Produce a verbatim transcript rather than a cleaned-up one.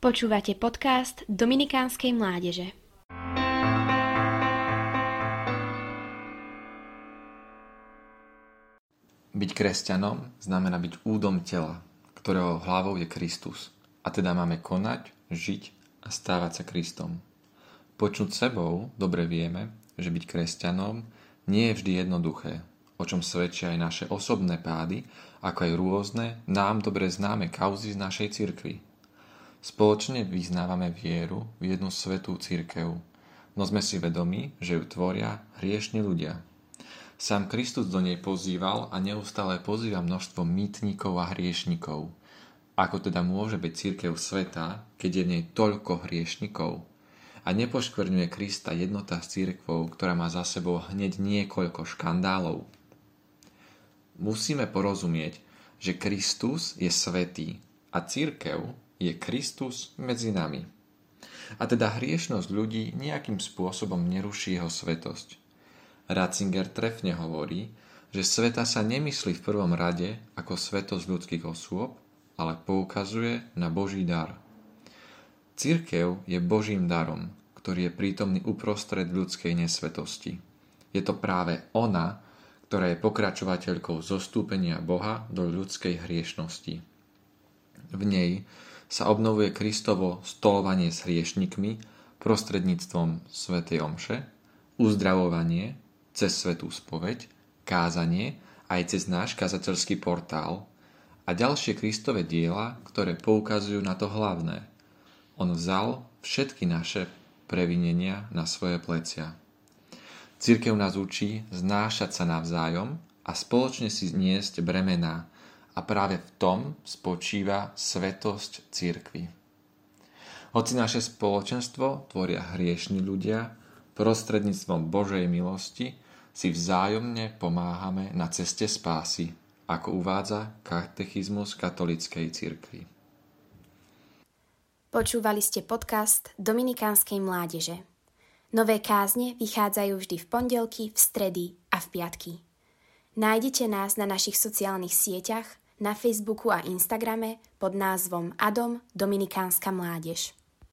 Počúvate podcast Dominikánskej mládeže. Byť kresťanom znamená byť údom tela, ktorého hlavou je Kristus. A teda máme konať, žiť a stávať sa Kristom. Počnúť sebou dobre vieme, že byť kresťanom nie je vždy jednoduché, o čom svedčia aj naše osobné pády, ako aj rôzne, nám dobre známe kauzy z našej cirkvi. Spoločne vyznávame vieru v jednu svätú cirkev, no sme si vedomi, že ju tvoria hriešni ľudia. Sám Kristus do nej pozýval a neustále pozýva množstvo mýtnikov a hriešnikov. Ako teda môže byť cirkev svätá, keď je v nej toľko hriešnikov? A nepoškvrňuje Krista jednota s cirkvou, ktorá má za sebou hneď niekoľko škandálov? Musíme porozumieť, že Kristus je svätý a cirkev je Kristus medzi nami. A teda hriešnosť ľudí nejakým spôsobom neruší jeho svätosť. Ratzinger trefne hovorí, že sveta sa nemyslí v prvom rade ako svätosť ľudských osôb, ale poukazuje na Boží dar. Cirkev je Božím darom, ktorý je prítomný uprostred ľudskej nesvetosti. Je to práve ona, ktorá je pokračovateľkou zostúpenia Boha do ľudskej hriešnosti. V nej sa obnovuje Kristovo stolovanie s hriešnikmi prostredníctvom svätej omše, uzdravovanie cez svätú spoveď, kázanie aj cez náš kazateľský portál a ďalšie Kristove diela, ktoré poukazujú na to hlavné. On vzal všetky naše previnenia na svoje plecia. Cirkev nás učí znášať sa navzájom a spoločne si zniesť bremená, a práve v tom spočíva svätosť cirkvi. Hoci naše spoločenstvo tvoria hriešni ľudia, prostredníctvom Božej milosti si vzájomne pomáhame na ceste spásy, ako uvádza katechizmus katolíckej cirkvi. Počúvali ste podcast Dominikánskej mládeže. Nové kázne vychádzajú vždy v pondelky, v stredy a v piatky. Nájdete nás na našich sociálnych sieťach, na Facebooku a Instagrame pod názvom Adom Dominikánska mládež.